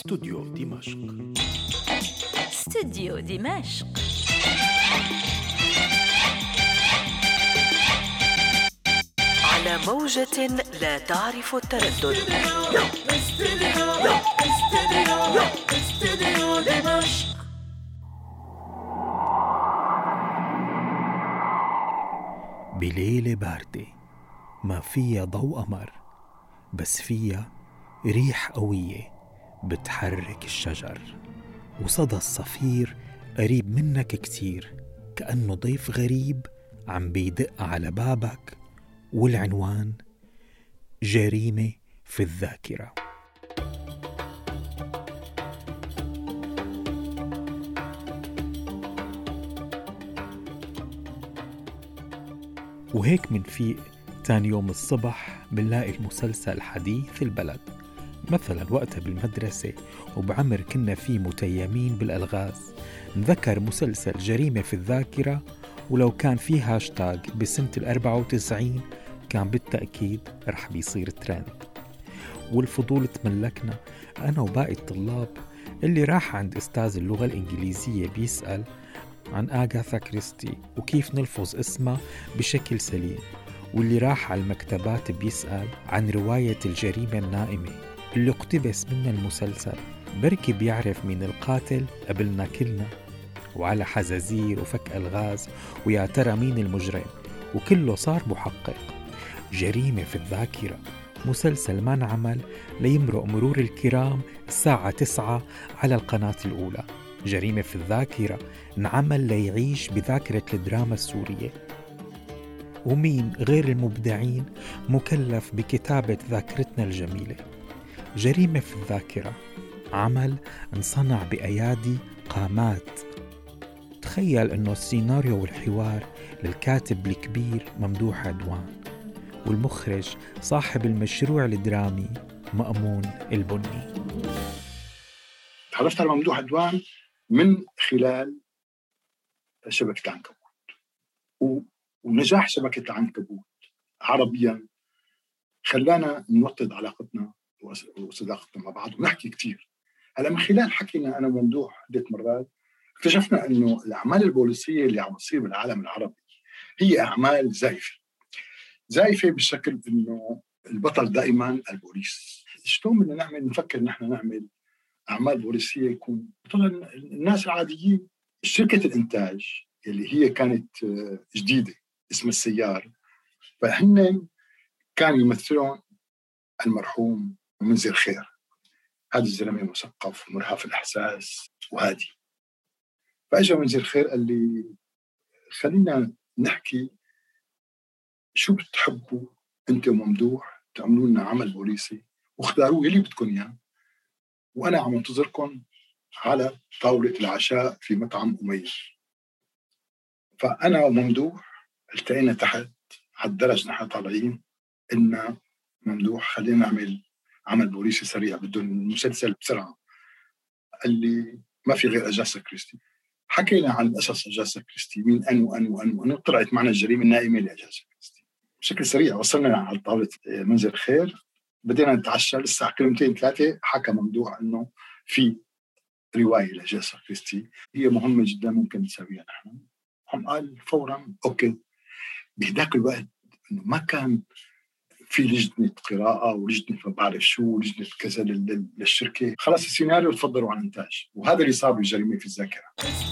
استوديو دمشق. استوديو دمشق. على موجة لا تعرف التردد. استوديو دمشق. بليلة باردة ما فيها ضوء قمر، بس فيها ريح قوية بتحرك الشجر، وصدى الصفير قريب منك كتير، كأنه ضيف غريب عم بيدق على بابك. والعنوان جريمة في الذاكرة. وهيك منفيق تاني يوم الصبح منلاقي المسلسل حديث البلد، مثلا وقتها بالمدرسة وبعمر كنا فيه متيمين بالألغاز، نذكر مسلسل جريمة في الذاكرة، ولو كان فيه هاشتاج بسنة 94 كان بالتأكيد رح بيصير ترند. والفضول تملكنا أنا وباقي الطلاب، اللي راح عند أستاذ اللغة الإنجليزية بيسأل عن آغاثا كريستي وكيف نلفظ اسمها بشكل سليم، واللي راح على المكتبات بيسأل عن رواية الجريمة النائمة اللي اقتبس منها المسلسل، بركي بيعرف مين القاتل قبلنا كلنا، وعلى حزازير وفك ألغاز ويا ترى مين المجرم، وكله صار محقق. جريمة في الذاكرة، مسلسل ما انعمل ليمرق مرور الكرام الساعة 9 على القناة الأولى. جريمة في الذاكرة انعمل ليعيش بذاكرة الدراما السورية، ومين غير المبدعين مكلف بكتابة ذاكرتنا الجميلة. جريمة في الذاكرة عمل انصنع بأيادي قامات. تخيل انه السيناريو والحوار للكاتب الكبير ممدوح عدوان، والمخرج صاحب المشروع الدرامي مأمون البني. تعرفت على ممدوح عدوان من خلال شبكة العنكبوت، ونجاح شبكة العنكبوت عربيا خلانا نوطد علاقتنا وصداقتنا مع بعض ونحكي كتير. هلا من خلال حكينا أنا وممدوح عدة مرات اكتشفنا أنه الأعمال البوليسية اللي عم تصير بالعالم العربي هي أعمال زائفة بالشكل أنه البطل دائما البوليس. شلون بدنا نعمل نفكر نحن نعمل أعمال بوليسية يكون طبعا الناس العاديين. شركة الإنتاج اللي هي كانت جديدة اسم السيار، فهن كان يمثلون المرحوم منذر خير، هذا الزلمة مثقف ومرهف الإحساس وهادي. فأجا منذر خير قال لي خلينا نحكي شو بتحبوا أنت وممدوح تعملوا لنا عمل بوليسي واختاروه اللي بدكم إياه، وأنا عم انتظركم على طاولة العشاء في مطعم أمية. فأنا وممدوح التقينا تحت على الدرج نحن طالعين، إن ممدوح خلينا نعمل عمل بوليسي سريع بدون المسلسل بسرعة. قال لي ما في غير أجاسا كريستي. حكينا عن قصص أجاسا كريستي، مين أنو طلعت معنا الجريمة النائمة لأجاسا كريستي بشكل سريع. وصلنا على طاولة منذر خير، بدينا نتعشى، لسه كلمتين ثلاثة حكى ممدوح إنه في رواية لأجاسا كريستي هي مهمة جدا ممكن نسويها نحن. هم قال فورا أوكي. بهداك الوقت إنه ما كان في لجنة قراءة ولجنة ما بعرف شو ولجنة كذا للشركة، خلاص السيناريو تفضلوا عن الإنتاج. وهذا اللي صار بجريمة في الذاكرة.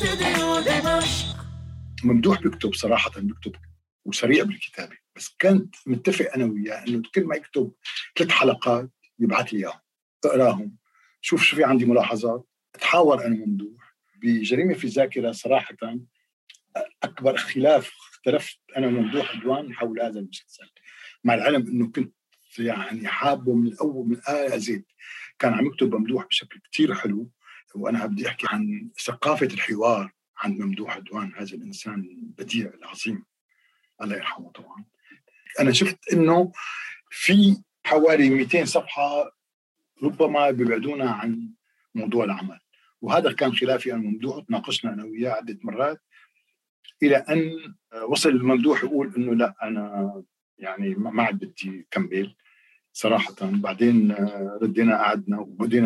ممدوح بيكتب صراحة، بيكتب وسريع بالكتابة، بس كنت متفق أنا وياه إنه كل ما يكتب 3 حلقات يبعث لي إياهم تقراهم، شوف شو في عندي ملاحظات، تحاور أنا وممدوح. بجريمة في الذاكرة صراحة أكبر خلاف اختلفت أنا وممدوح عدوان حول هذا المسلسل، مع العلم إنه كنت يعني حابه من الأول من آل زيت. كان عم يكتب ممدوح بشكل كتير حلو. وأنا بدي أحكي عن ثقافة الحوار عند ممدوح عدوان، هذا الإنسان البديع العظيم الله يرحمه. طبعا أنا شفت إنه في حوالي 200 صفحة ربما بيبعدونا عن موضوع العمل، وهذا كان خلافي أنا وممدوح. تناقشنا أنا وياه عدة مرات إلى أن وصل الممدوح يقول إنه لا أنا يعني ما عاد بدي كمل صراحة. بعدين ردينا قعدنا وبدينا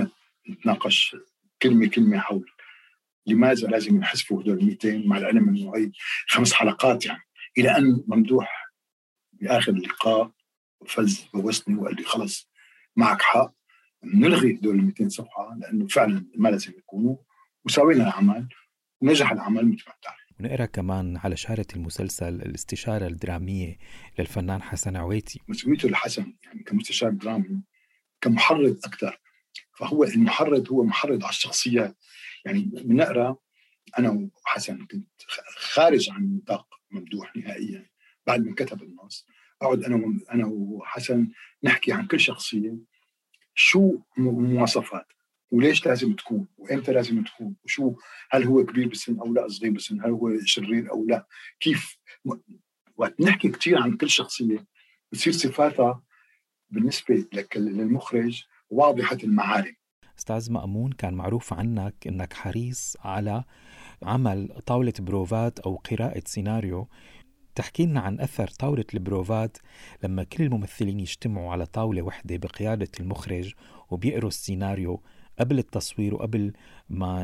نتناقش كلمة كلمة حول لماذا لازم ينحذفوا هدول 200، مع العلم انه هي 5 حلقات يعني، الى ان ممدوح باخر اللقاء فز بوسني وقال لي خلص معك حق، نلغي هدول 200 صفحة لانه فعلا ما لازم يكونوا، وسوينا العمل ونجح العمل مثل ما بتعرف. ونقرأ كمان على شارة المسلسل الاستشارة الدرامية للفنان حسن عويتي. مسؤوليته لحسن يعني كمستشار درامي كمحرض أكثر، فهو المحرض هو محرض على الشخصيات. يعني بنقرأ أنا وحسن كنت خارج عن نطاق ممدوح نهائيا، بعد ما كتب النص أقعد أنا وحسن نحكي عن كل شخصية شو مواصفات وليش لازم تكون وإمتى لازم تكون، وشو هل هو كبير بالسن أو لا، صغير بالسن، هل هو شرير أو لا، كيف. وقت نحكي كتير عن كل شخصية بتصير صفاتها بالنسبة للمخرج واضحة المعالم. أستاذ مأمون، كان معروف عنك أنك حريص على عمل طاولة بروفات أو قراءة سيناريو. تحكي لنا عن أثر طاولة البروفات لما كل الممثلين يجتمعوا على طاولة واحدة بقيادة المخرج وبيقروا السيناريو قبل التصوير وقبل ما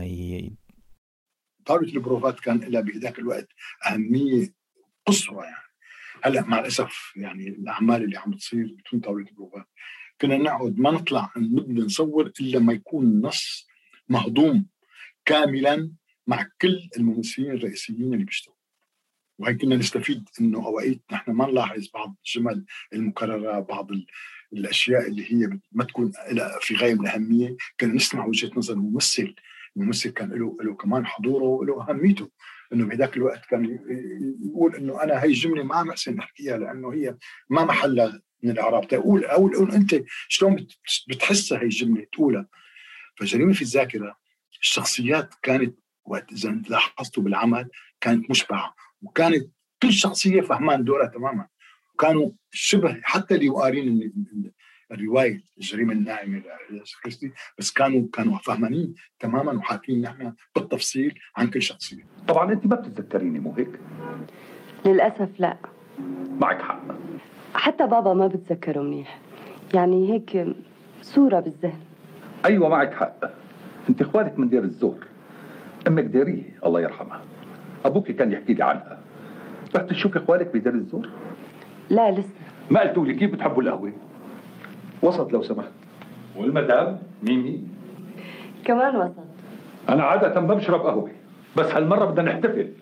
طاولة البروفات كان لها بهداك الوقت أهمية قصوى يعني. هلأ مع الأسف يعني الأعمال اللي عم تصير بتكون طاولة البروفات، كنا نقعد ما نطلع نبدأ نصور إلا ما يكون النص مهضوم كاملا مع كل الممثلين الرئيسيين اللي بيشتغلوا. وهي كنا نستفيد إنه أوقات نحن ما نلاحظ بعض الجمل المكررة، بعض الأشياء اللي هي ما تكون في غاية من الأهمية، كنا نسمع وجهة نظر الممثل كان له كمان حضوره وله أهميته، إنه بهذاك الوقت كان يقول إنه أنا هاي الجملة ما عم أحسن أحكيها لأنه هي ما محلها من الإعراب، تقول أو أنت شلون بتحسها هاي الجملة تقولها. فجريمة في الذاكرة الشخصيات كانت وقت إذا لاحظتوا بالعمل كانت مشبعة، وكانت كل شخصية فهمان دورها تماما، وكانوا شبه حتى اللي يقارين الرواية الجريمة الناعمة لكريستي، بس كانوا فهمانين تماما وحاكين نحن بالتفصيل عن كل شخصية. طبعا أنت ما بتتذكريني مو هيك؟ للأسف لا. معك حق، حتى بابا ما بتذكره منيح، يعني هيك صورة بالذهن. أيوة معك حق، أنت إخوانك من دير الزور، أمك ديريه الله يرحمها، أبوك كان يحكي لي عنها. رحت تشوف إخوانك بدير الزور؟ لا لسه. ما قلتوا لي كيف بتحبوا القهوة؟ وسط لو سمحت. والمدام ميمي كمان وسط. أنا عادة ما بشرب قهوة، بس هالمرة بدنا نحتفل.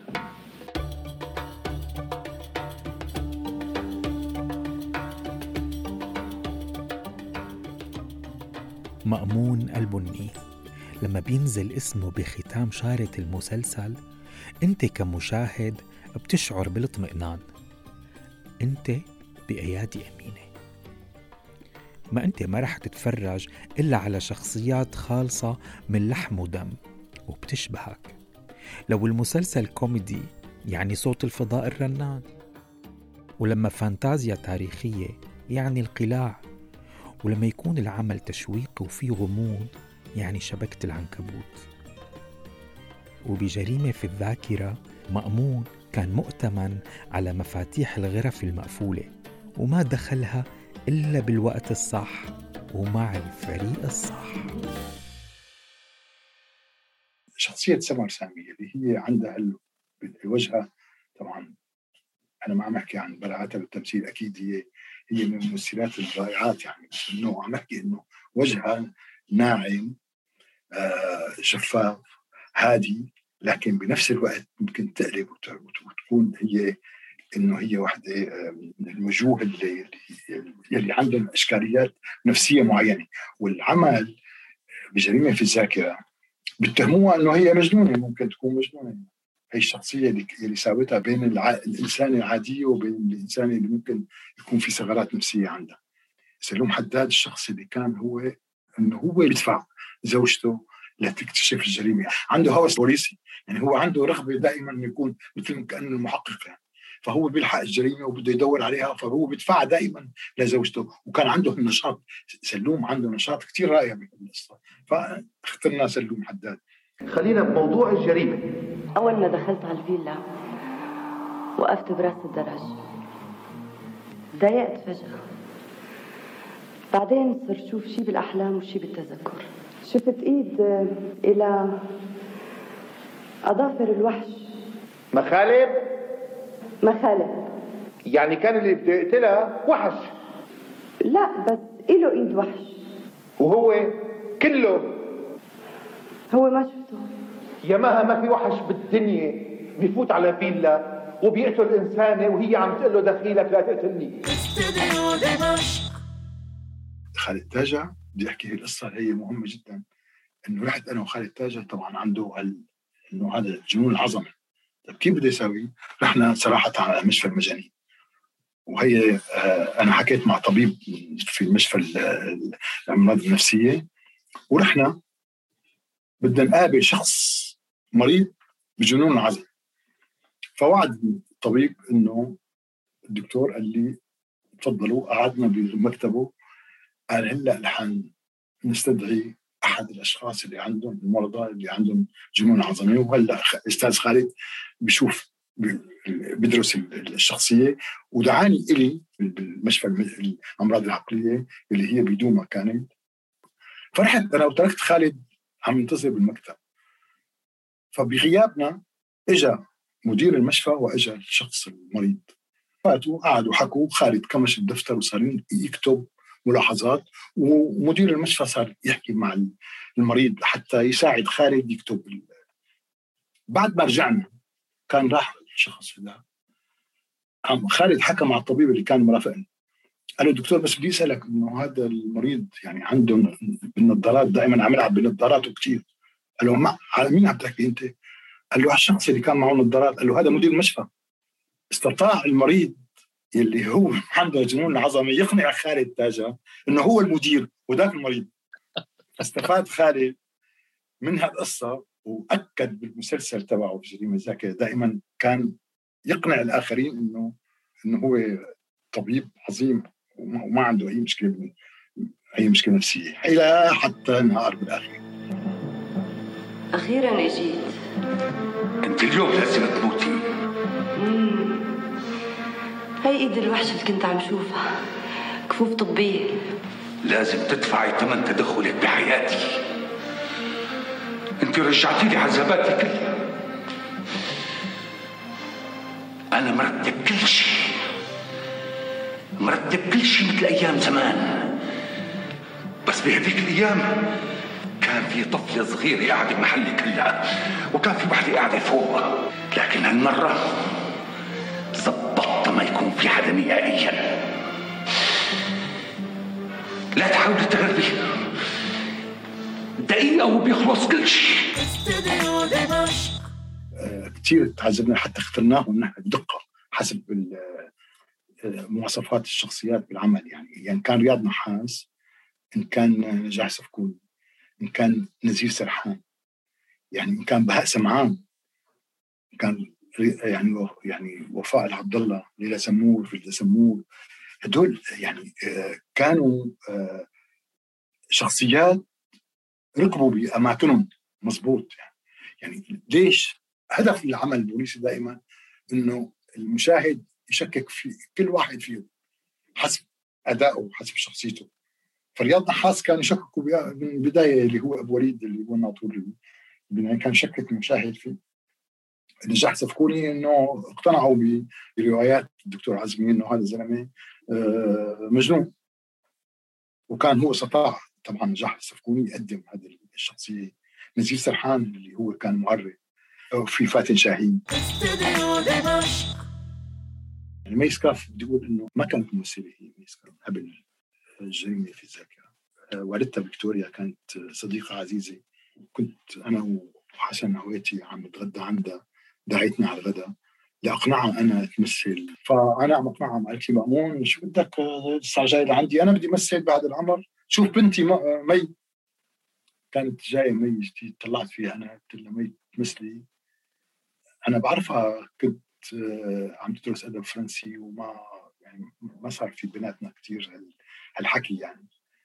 مأمون البني لما بينزل اسمه بختام شارة المسلسل، انت كمشاهد بتشعر بالاطمئنان، انت بأيادي أمينة. ما انت ما رح تتفرج إلا على شخصيات خالصة من لحم ودم وبتشبهك. لو المسلسل كوميدي يعني صوت الفضاء الرنان، ولما فانتازيا تاريخية يعني القلاع، ولما يكون العمل تشويقي وفيه غموض يعني شبكة العنكبوت. وبجريمة في الذاكرة مأمون كان مؤتمن على مفاتيح الغرف المقفولة، وما دخلها إلا بالوقت الصح ومع الفريق الصح. شخصية سمر سامي اللي هي عندها الوجهة، طبعا أنا ما عم أحكي عن براعتها بالتمثيل، أكيد هي من الممثلات الرائعات يعني، بس إنه عم أحكي إنه وجهها ناعم شفاف هادي، لكن بنفس الوقت ممكن تقلب وتكون هي واحدة من الوجوه اللي عندهم إشكاليات نفسية معينة. والعمل بجريمة في الذاكرة بيتهموها إنه هي مجنونة، ممكن تكون مجنونة. هي الشخصية اللي ساوتها بين الإنسان العادي وبين الإنسان اللي ممكن يكون في ثغرات نفسية عنده. سلوم حداد الشخص اللي كان هو بيدفع زوجته لتكتشف الجريمة، عنده هوس بوليسي، يعني هو عنده رغبة دائما أن يكون مثل كأنه المحقق يعني. فهو بيلحق الجريمة وبده يدور عليها، فهو بيدفع دائما لزوجته، وكان عنده النشاط. سلوم عنده نشاط كتير رائع بالقصة، فاخترنا سلوم حداد. خلينا بموضوع الجريمة. أول ما دخلت على الفيلا وقفت براس الدرج، ضايقت فجأة، بعدين صرت شوف شي بالأحلام وشي بالتذكر. شفت ايد الى اظافر الوحش. مخالب؟ مخالب يعني كان اللي بده يقتلها وحش؟ لا، بس إله ايد وحش. وهو كله؟ هو ما شفته. يا ما في وحش بالدنيا بيفوت على فيلا وبيقتل إنسانة وهي عم تقول له دخيلك لا تقتلني. استوديو دمشق. خالد تاجة بدي احكي هي القصه هي مهمه جدا. انه رحت انا وخالد تاجة طبعا عنده انه هذا الجنون العظمي. طيب كيف بدي اسوي؟ رحنا صراحه على مشفى المجانين، وهي انا حكيت مع طبيب في مشفى الامراض النفسيه، ورحنا بدنا نقابل شخص مريض بجنون العظمي. فوعد الطبيب انه الدكتور قال لي تفضلوا، قعدنا بمكتبه قال هلا رح نستدعي احد الاشخاص اللي عندهم المرضى اللي عندهم جنون عظمي، وهلا استاذ خالد بشوف بدرس الشخصيه، ودعاني الي بالمشفى الامراض العقليه اللي هي بدوما كانت. فرحت انا وتركت خالد عم ينتظر بالمكتب. فبغيابنا اجى مدير المشفى واجى الشخص المريض، فاتوا قعدوا حكوا، خالد كمش الدفتر وصار يكتب ملاحظات، ومدير المشفى صار يحكي مع المريض حتى يساعد خالد يكتب. بعد ما رجعنا كان راح الشخص هذا، خالد حكى مع الطبيب اللي كان مرافقني، قال له دكتور بس بدي اسالك انه هذا المريض يعني عنده بالنظارات دائما عم يلعب بنظاراته كثير. قال له على مين عم تحكي انت؟ قال له على الشخص اللي كان معه نظارات. قال له هذا مدير المشفى. استطاع المريض اللي هو عنده جنون العظمه يقنع خالد تاجة انه هو المدير وذاك المريض. استفاد خالد من هالقصه، واكد بالمسلسل تبعه بجريمه الذاكره دائما كان يقنع الاخرين انه هو طبيب عظيم وما عنده اي مشكله نفسيه، الى حتى انهار بالاخير. اخيرا اجيت. انت اليوم لازم تموتي. هي ايد الوحش اللي كنت عم شوفها، كفوف طبيه. لازم تدفعي ثمن تدخلك بحياتي. انت رجعتي لي عذاباتي كلها. انا مرتب كل شيء مثل ايام زمان. بس بهذيك الايام كان في طفله صغيره قاعده بمحلي كلها، وكان في وحده قاعده فوق. لكن هالمره زبطت ما يكون في حدا نهائيا. لا تحاولي تهربي، دقيقة وبيخلص كل شيء. استوديو دمشق. كثير تعذبنا حتى اخترناه نحن بدقة حسب مواصفات الشخصيات بالعمل. يعني كان رياض نحاس، إن كان نجاح سفكوني، إن كان نزير سرحان، يعني إن كان بهاء سمعان، إن كان يعني وفاء العبد الله، ليلى سمور، فلدة سمور. هدول يعني كانوا شخصيات ركبوا بأماكنهم مضبوط. يعني ليش؟ هدف العمل البوليسي دائما إنه المشاهد يشكك في كل واحد فيهم حسب أدائه حسب شخصيته. فرياض نحاس كان يشككوا من البداية، اللي هو أبو وليد اللي هو الناطور البنائي، كان يشكك المشاهد فيه. نجاح سفكوني إنه اقتنعوا بروايات الدكتور عزمي إنه هذا الزلمة مجنون، وكان هو استطاع طبعا نجاح سفكوني يقدم هذه الشخصية. نزير سرحان اللي هو كان مؤرخ، وفي فاتن شاهين. استوديو دمشق. يعني ميس كاف بدي أقول إنه ما كانت ممثلة هي ميس كاف قبل الجريمة في الذاكرة. والدتها فيكتوريا كانت صديقة عزيزة، كنت أنا وحسن هويتي عم نتغدى عندها، دعيتني على الغداء لأقنعها أنا تمثل. فأنا عم أقنعها، قالت لي مأمون شو بدك الساعة جاي لعندي، أنا بدي مثل بعد العمر، شوف بنتي مي. كانت جاية مي جديد، طلعت فيها أنا، قلت لها مي تمثلي. أنا بعرفها، كنت عم تدرس أدب فرنسي، وما يعني ما صار في بيناتنا كتير هالحكي يعني،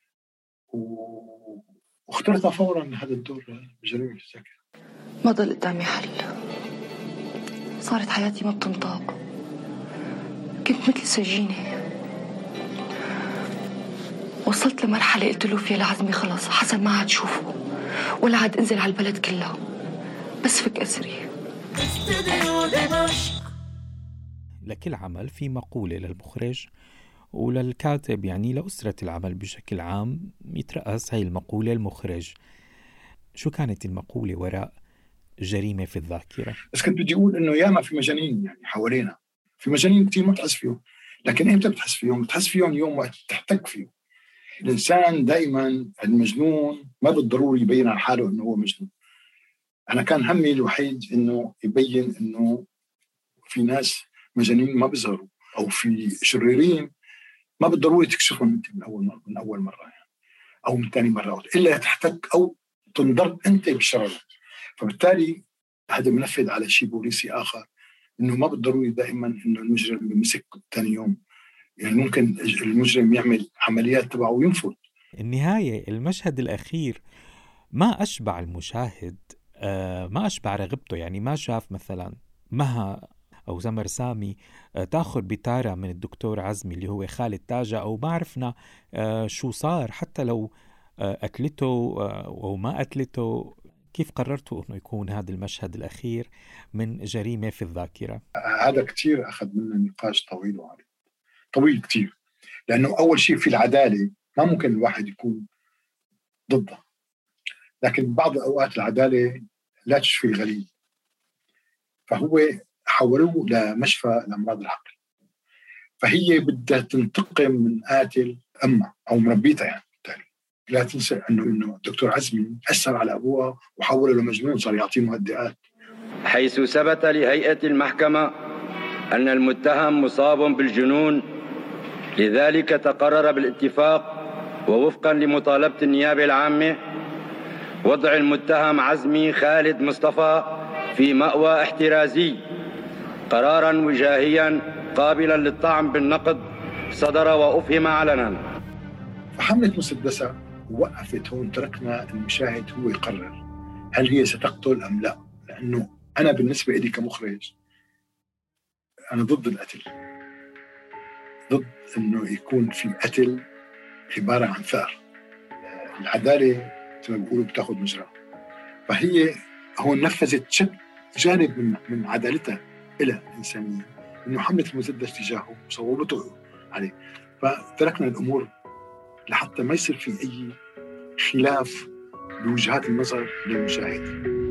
واخترتها فورا هذا الدور بجريمة الذاكرة. ما ضل قدامي حل، صارت حياتي ما بتنطاق، كنت مثل سجينة. وصلت لمرحلة قلت له فيها لعزمي خلص، حسن ما عاد شوفه، ولا عاد انزل على البلد كلها، بس فك أسري. استديو دمشق. لكل عمل في مقولة للمخرج وللكاتب، يعني لأسرة العمل بشكل عام يترأس هاي المقولة المخرج. شو كانت المقولة وراء جريمة في الذاكرة؟ بس كنت بدي أقول إنه ياما في مجانين يعني حوالينا، في مجانين كتير ما بتحس فيهم، لكن إمتى بتحس فيهم؟ بتحس فيهم يوم وقت تحتك فيه. الإنسان دائما المجنون ما بالضروري يبين على حاله إنه هو مجنون. أنا كان همي الوحيد إنه يبين إنه في ناس مجانين ما بيظهروا، أو في شريرين ما بالضروري تكشفهم أنت من أول مرة يعني، أو من ثاني مرة، إلا تحتك أو تنضرب أنت بشرره. فبالتالي هذا منفذ على شيء بوليسي آخر، إنه ما بالضروري دائما إنه المجرم بمسك ثاني يوم، يعني ممكن المجرم يعمل عمليات تبعه وينفذ. النهاية المشهد الأخير ما أشبع المشاهد، ما أشبع رغبته. يعني ما شاف مثلا مها أو زمر سامي تأخذ بتارة من الدكتور عزمي اللي هو خالد تاجة، أو ما عرفنا شو صار، حتى لو قتلته أو ما قتلته. كيف قررتوا أنه يكون هذا المشهد الأخير من جريمة في الذاكرة؟ هذا كتير أخذ منا نقاش طويل وعريض، طويل كتير، لأنه أول شيء في العدالة ما ممكن الواحد يكون ضدها، لكن بعض الأوقات العدالة لا تشفي الغليل. فهو حولوه لمشفى لأمراض العقل، فهي بدها تنتقم من قاتل أمها أو مربيتها يعني. لا تنسى إنه الدكتور عزمي أثر على أبوها وحوله لمجنون، صار يعطيه مهدئات. حيث ثبت لهيئة المحكمة أن المتهم مصاب بالجنون، لذلك تقرر بالاتفاق ووفقا لمطالبة النيابة العامة وضع المتهم عزمي خالد مصطفى في مأوى احترازي قرارا وجاهيا قابلا للطعن بالنقد صدر وأفهم علنا. فحملت مسدسها ووقفت هون، تركنا المشاهد هو يقرر هل هي ستقتل أم لا. لأنه أنا بالنسبة لي كمخرج أنا ضد القتل، ضد أنه يكون في قتل عبارة عن ثأر. العدالة زي ما بيقولوا بتاخذ مجرى، فهي هون نفذت جانب من عدالتها إلى إنسانية، إنه حملت المسدس تجاهه وصوبته عليه. فتركنا الأمور لحتى ما يصير في أي خلاف بوجهات النظر للمشاهد.